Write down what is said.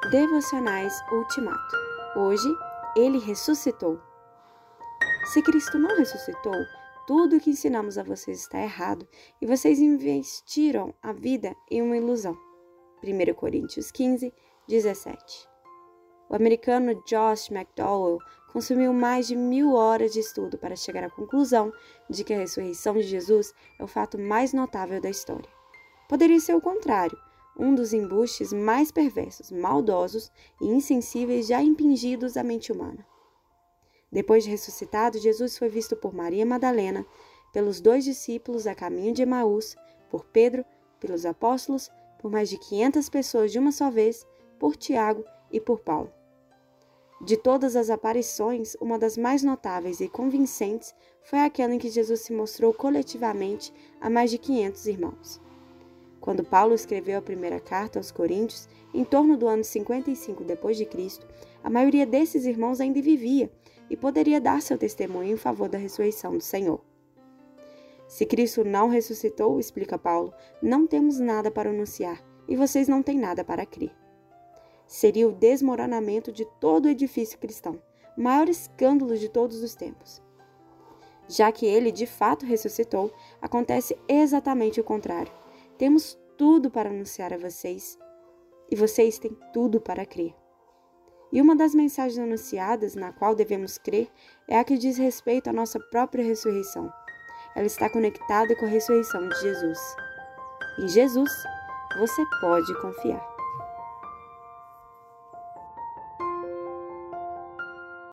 Devocionais Ultimato. Hoje, Ele ressuscitou. Se Cristo não ressuscitou, tudo o que ensinamos a vocês está errado e vocês investiram a vida em uma ilusão. 1 Coríntios 15, 17. O americano Josh McDowell consumiu mais de 1000 horas de estudo para chegar à conclusão de que a ressurreição de Jesus é o fato mais notável da história. Poderia ser o contrário, um dos embustes mais perversos, maldosos e insensíveis já impingidos à mente humana. Depois de ressuscitado, Jesus foi visto por Maria Madalena, pelos 2 discípulos a caminho de Emaús, por Pedro, pelos apóstolos, por mais de 500 pessoas de uma só vez, por Tiago e por Paulo. De todas as aparições, uma das mais notáveis e convincentes foi aquela em que Jesus se mostrou coletivamente a mais de 500 irmãos. Quando Paulo escreveu a primeira carta aos Coríntios, em torno do ano 55 d.C., a maioria desses irmãos ainda vivia e poderia dar seu testemunho em favor da ressurreição do Senhor. Se Cristo não ressuscitou, explica Paulo, não temos nada para anunciar e vocês não têm nada para crer. Seria o desmoronamento de todo o edifício cristão, o maior escândalo de todos os tempos. Já que ele de fato ressuscitou, acontece exatamente o contrário. Temos tudo para anunciar a vocês e vocês têm tudo para crer. E uma das mensagens anunciadas na qual devemos crer é a que diz respeito à nossa própria ressurreição. Ela está conectada com a ressurreição de Jesus. Em Jesus, você pode confiar.